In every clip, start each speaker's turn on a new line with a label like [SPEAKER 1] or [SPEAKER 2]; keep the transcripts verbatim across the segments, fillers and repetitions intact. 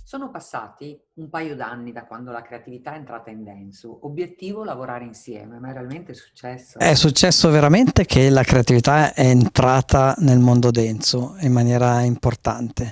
[SPEAKER 1] Sono passati un paio d'anni da quando la creatività è entrata in Dentsu. Obiettivo lavorare insieme, ma è realmente successo?
[SPEAKER 2] È successo veramente che la creatività è entrata nel mondo Dentsu in maniera importante,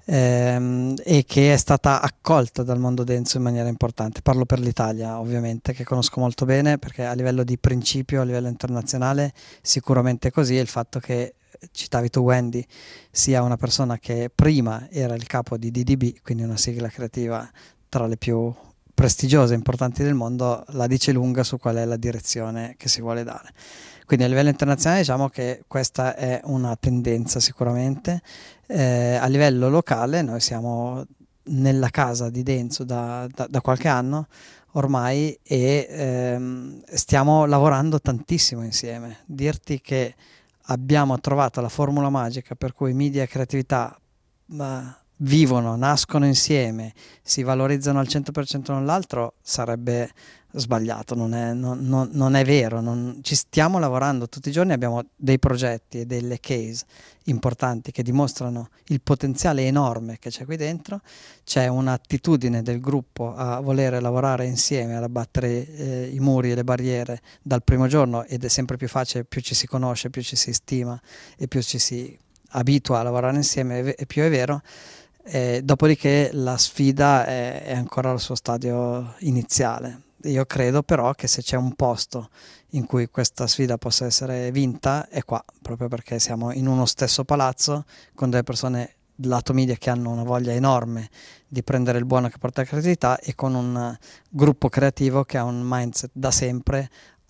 [SPEAKER 2] ehm, e che è stata accolta dal mondo Dentsu in maniera importante. Parlo per l'Italia, ovviamente, che conosco molto bene, perché a livello di principio, a livello internazionale, sicuramente è così. Il fatto che, citavi tu Wendy, sia una persona che prima era il capo di D D B, quindi una sigla creativa tra le più prestigiose e importanti del mondo, la dice lunga su qual è la direzione che si vuole dare. Quindi a livello internazionale diciamo che questa è una tendenza sicuramente. Eh, a livello locale noi siamo nella casa di Dentsu da, da, da qualche anno ormai, e ehm, stiamo lavorando tantissimo insieme. Dirti che abbiamo trovato la formula magica per cui media e creatività ma, vivono, nascono insieme, si valorizzano al cento per cento l'un l'altro sarebbe sbagliato, non è, non, non, non è vero, non, ci stiamo lavorando tutti i giorni, abbiamo dei progetti e delle case importanti che dimostrano il potenziale enorme che c'è qui dentro. C'è un'attitudine del gruppo a volere lavorare insieme, ad abbattere eh, i muri e le barriere dal primo giorno, ed è sempre più facile, più ci si conosce, più ci si stima e più ci si abitua a lavorare insieme, e più è vero. Eh, dopodiché la sfida è, è ancora al suo stadio iniziale. Io credo però che se c'è un posto in cui questa sfida possa essere vinta è qua, proprio perché siamo in uno stesso palazzo con delle persone lato media che hanno una voglia enorme di prendere il buono che porta la creatività, e con un gruppo creativo che ha un mindset da sempre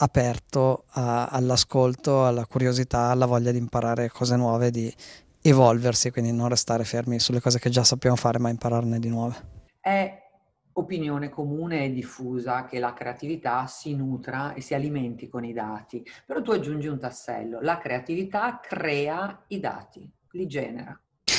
[SPEAKER 2] aperto a, all'ascolto, alla curiosità, alla voglia di imparare cose nuove, di evolversi, quindi non restare fermi sulle cose che già sappiamo fare, ma impararne di nuove.
[SPEAKER 1] È opinione comune e diffusa che la creatività si nutra e si alimenti con i dati, però tu aggiungi un tassello: la creatività crea i dati, li genera.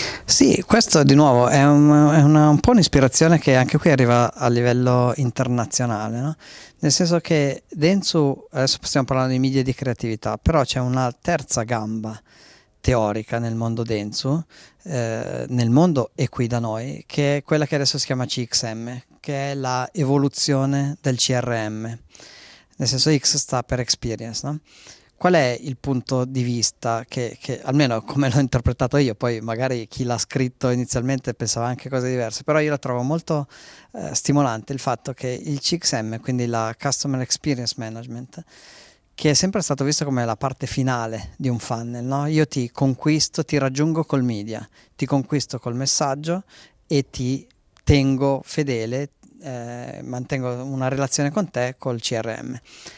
[SPEAKER 2] Sì, questo di nuovo è, un, è una, un po' un'ispirazione che anche qui arriva a livello internazionale, no? Nel senso che Dentsu, adesso stiamo parlando di media e di creatività, però c'è una terza gamba teorica nel mondo Dentsu, eh, nel mondo e qui da noi, che è quella che adesso si chiama C X M, che è la evoluzione del C R M. Nel senso, X sta per experience, no? Qual è il punto di vista che, che, almeno come l'ho interpretato io, poi magari chi l'ha scritto inizialmente pensava anche cose diverse, però io la trovo molto eh, stimolante il fatto che il C X M, quindi la Customer Experience Management, che è sempre stato visto come la parte finale di un funnel, no? Io ti conquisto, ti raggiungo col media, ti conquisto col messaggio e ti tengo fedele, eh, mantengo una relazione con te col C R M.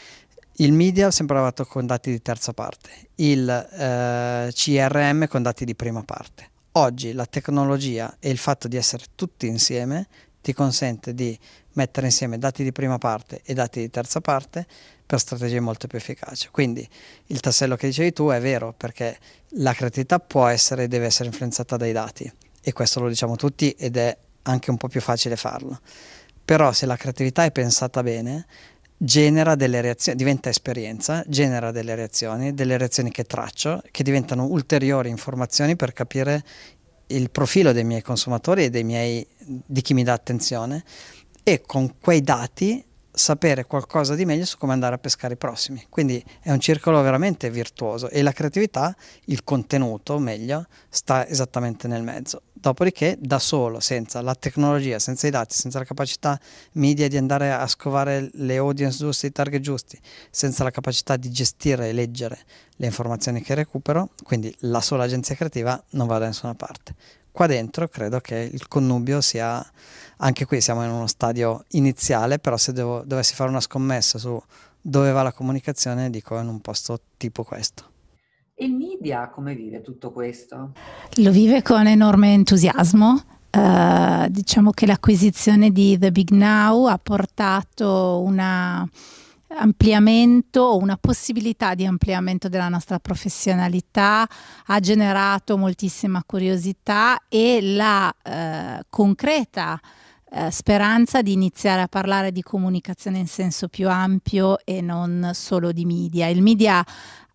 [SPEAKER 2] Il media ha sempre lavorato con dati di terza parte, il eh, C R M con dati di prima parte. Oggi la tecnologia e il fatto di essere tutti insieme ti consente di mettere insieme dati di prima parte e dati di terza parte per strategie molto più efficaci. Quindi il tassello che dicevi tu è vero, perché la creatività può essere e deve essere influenzata dai dati, e questo lo diciamo tutti ed è anche un po' più facile farlo. Però se la creatività è pensata bene, genera delle reazioni, diventa esperienza, genera delle reazioni, delle reazioni che traccio, che diventano ulteriori informazioni per capire il profilo dei miei consumatori e dei miei, di chi mi dà attenzione, e con quei dati sapere qualcosa di meglio su come andare a pescare i prossimi. Quindi è un circolo veramente virtuoso, e la creatività, il contenuto meglio, sta esattamente nel mezzo. Dopodiché da solo, senza la tecnologia, senza i dati, senza la capacità media di andare a scovare le audience giuste, i target giusti, senza la capacità di gestire e leggere le informazioni che recupero, quindi la sola agenzia creativa non va da nessuna parte. Qua dentro credo che il connubio sia, anche qui siamo in uno stadio iniziale, però se devo, dovessi fare una scommessa su dove va la comunicazione, dico in un posto tipo questo.
[SPEAKER 1] E il media come vive tutto questo?
[SPEAKER 3] Lo vive con enorme entusiasmo. Uh, diciamo che l'acquisizione di The Big Now ha portato una ampliamento, una possibilità di ampliamento della nostra professionalità, ha generato moltissima curiosità e la eh, concreta eh, speranza di iniziare a parlare di comunicazione in senso più ampio e non solo di media. Il media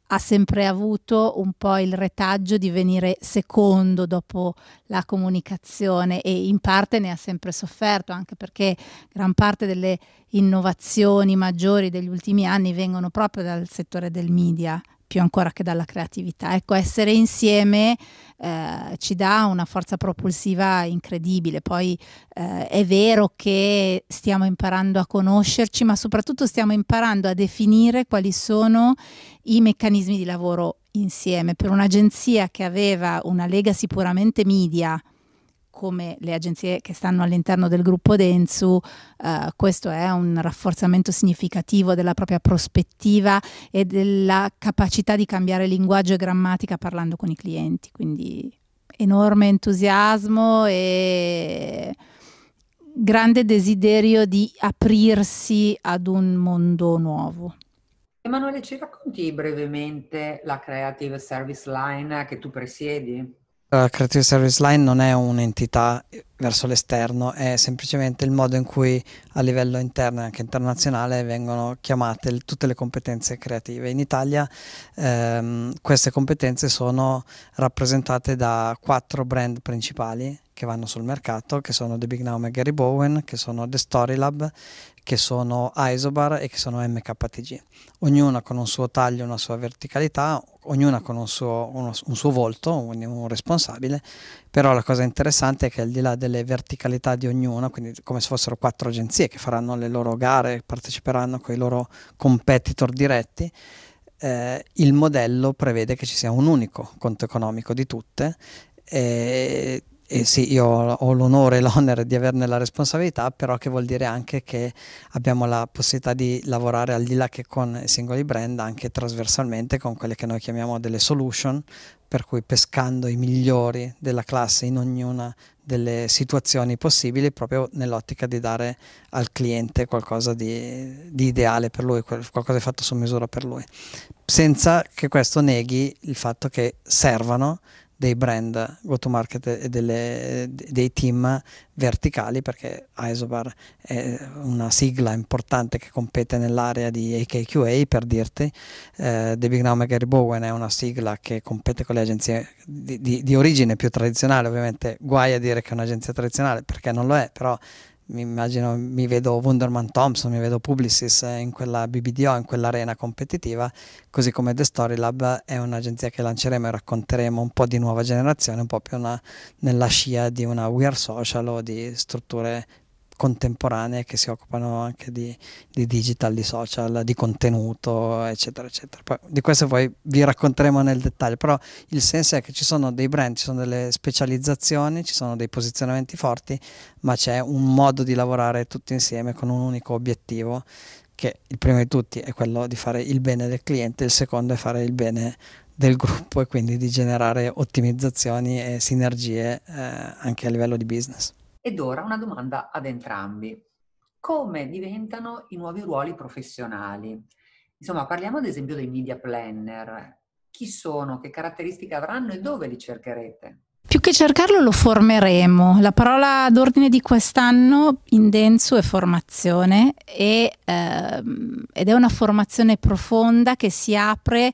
[SPEAKER 3] ha sempre avuto un po' il retaggio di venire secondo dopo la comunicazione, e in parte ne ha sempre sofferto, anche perché gran parte delle innovazioni maggiori degli ultimi anni vengono proprio dal settore del media, più ancora che dalla creatività. Ecco, essere insieme eh, ci dà una forza propulsiva incredibile. Poi eh, è vero che stiamo imparando a conoscerci, ma soprattutto stiamo imparando a definire quali sono i meccanismi di lavoro insieme. Per un'agenzia che aveva una legacy puramente media, come le agenzie che stanno all'interno del gruppo Dentsu, eh, questo è un rafforzamento significativo della propria prospettiva e della capacità di cambiare linguaggio e grammatica parlando con i clienti. Quindi enorme entusiasmo e grande desiderio di aprirsi ad un mondo nuovo.
[SPEAKER 1] Emanuele, ci racconti brevemente la Creative Service Line che tu presiedi?
[SPEAKER 2] La Creative Service Line non è un'entità verso l'esterno, è semplicemente il modo in cui a livello interno e anche internazionale vengono chiamate l- tutte le competenze creative. In Italia ehm, queste competenze sono rappresentate da quattro brand principali che vanno sul mercato, che sono The Big Now e Gary Bowen, che sono The Story Lab, che sono Isobar e che sono M K T G. Ognuna con un suo taglio, una sua verticalità, ognuna con un suo, uno, un suo volto, quindi un responsabile, però la cosa interessante è che al di là delle verticalità di ognuna, quindi come se fossero quattro agenzie che faranno le loro gare, parteciperanno con i loro competitor diretti, eh, il modello prevede che ci sia un unico conto economico di tutte. E, E sì, io ho l'onore e l'onere di averne la responsabilità, però che vuol dire anche che abbiamo la possibilità di lavorare al di là che con i singoli brand, anche trasversalmente con quelle che noi chiamiamo delle solution, per cui pescando i migliori della classe in ognuna delle situazioni possibili, proprio nell'ottica di dare al cliente qualcosa di, di ideale per lui, qualcosa di fatto su misura per lui, senza che questo neghi il fatto che servano dei brand go to market e delle, dei team verticali, perché Isobar è una sigla importante che compete nell'area di A K Q A, per dirti. eh, The Big Now e Gary Bowen è una sigla che compete con le agenzie di, di, di origine più tradizionale, ovviamente guai a dire che è un'agenzia tradizionale perché non lo è, però mi immagino, mi vedo Wunderman Thompson, mi vedo Publicis in quella B B D O, in quell'arena competitiva, così come The Story Lab è un'agenzia che lanceremo e racconteremo un po' di nuova generazione, un po' più una, nella scia di una We Are Social o di strutture contemporanee che si occupano anche di, di digital, di social, di contenuto, eccetera, eccetera. Poi di questo poi vi racconteremo nel dettaglio, però il senso è che ci sono dei brand, ci sono delle specializzazioni, ci sono dei posizionamenti forti, ma c'è un modo di lavorare tutti insieme con un unico obiettivo, che il primo di tutti è quello di fare il bene del cliente, il secondo è fare il bene del gruppo e quindi di generare ottimizzazioni e sinergie eh, anche a livello di business.
[SPEAKER 1] Ed ora una domanda ad entrambi. Come diventano i nuovi ruoli professionali? Insomma, parliamo ad esempio dei media planner. Chi sono, che caratteristiche avranno e dove li cercherete?
[SPEAKER 3] Più che cercarlo lo formeremo. La parola d'ordine di quest'anno in Dentsu è formazione e, ehm, ed è una formazione profonda che si apre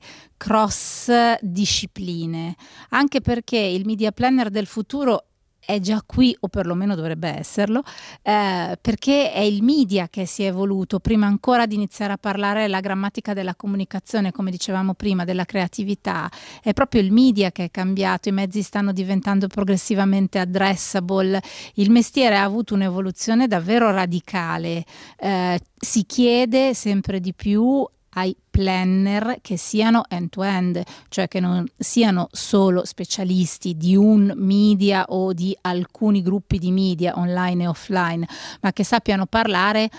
[SPEAKER 3] cross discipline, anche perché il media planner del futuro è già qui, o perlomeno dovrebbe esserlo, eh, perché è il media che si è evoluto, prima ancora di iniziare a parlare la grammatica della comunicazione, come dicevamo prima, della creatività. È proprio il media che è cambiato, i mezzi stanno diventando progressivamente addressable, il mestiere ha avuto un'evoluzione davvero radicale, eh, si chiede sempre di più ai planner che siano end-to-end, cioè che non siano solo specialisti di un media o di alcuni gruppi di media online e offline, ma che sappiano parlare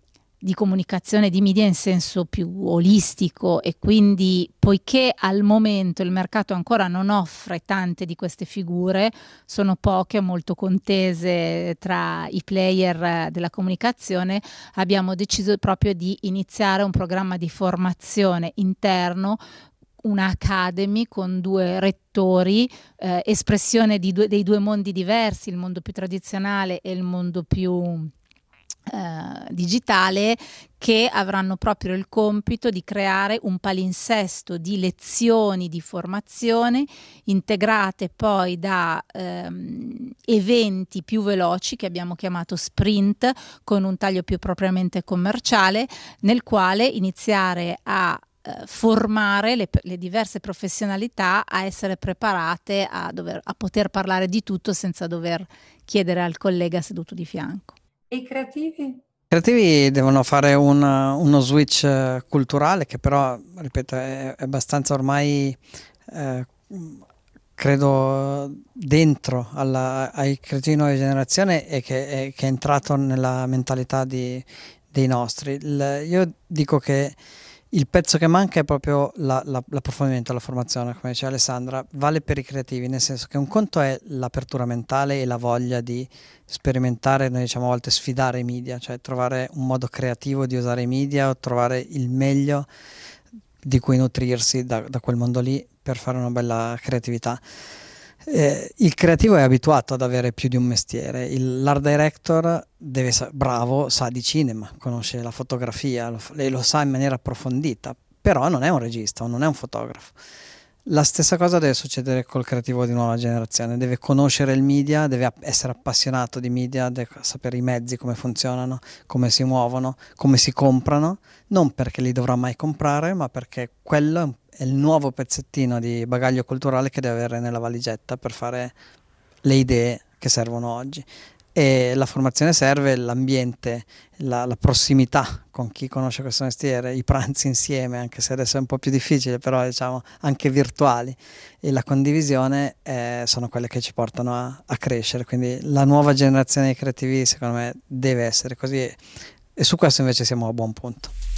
[SPEAKER 3] di comunicazione di media in senso più olistico. E quindi, poiché al momento il mercato ancora non offre tante di queste figure, sono poche, molto contese tra i player della comunicazione, abbiamo deciso proprio di iniziare un programma di formazione interno, una academy con due rettori, eh, espressione di due, dei due mondi diversi, il mondo più tradizionale e il mondo più eh, digitale, che avranno proprio il compito di creare un palinsesto di lezioni di formazione integrate poi da ehm, eventi più veloci che abbiamo chiamato sprint, con un taglio più propriamente commerciale, nel quale iniziare a formare le, le diverse professionalità a essere preparate a, dover, a poter parlare di tutto senza dover chiedere al collega seduto di fianco.
[SPEAKER 1] E i creativi?
[SPEAKER 2] I creativi devono fare un, uno switch culturale che però, ripeto, è, è abbastanza ormai, eh, credo, dentro alla, ai creativi di nuova generazione e che, è, che è entrato nella mentalità di, dei nostri. Il, io dico che il pezzo che manca è proprio la, la, l'approfondimento, la formazione, come diceva Alessandra, vale per i creativi, nel senso che un conto è l'apertura mentale e la voglia di sperimentare, noi diciamo a volte sfidare i media, cioè trovare un modo creativo di usare i media o trovare il meglio di cui nutrirsi da, da quel mondo lì per fare una bella creatività. Eh, il creativo è abituato ad avere più di un mestiere, il, l'art director deve sa- bravo, sa di cinema, conosce la fotografia, lo, lei lo sa in maniera approfondita, però non è un regista o non è un fotografo. La stessa cosa deve succedere col creativo di nuova generazione, deve conoscere il media, deve essere appassionato di media, deve sapere i mezzi, come funzionano, come si muovono, come si comprano, non perché li dovrà mai comprare, ma perché quello è un è il nuovo pezzettino di bagaglio culturale che deve avere nella valigetta per fare le idee che servono oggi. E la formazione serve, l'ambiente, la, la prossimità con chi conosce questo mestiere, i pranzi insieme, anche se adesso è un po' più difficile, però diciamo anche virtuali, e la condivisione eh, sono quelle che ci portano a, a crescere. Quindi la nuova generazione di creativi secondo me deve essere così, e su questo invece siamo a buon punto.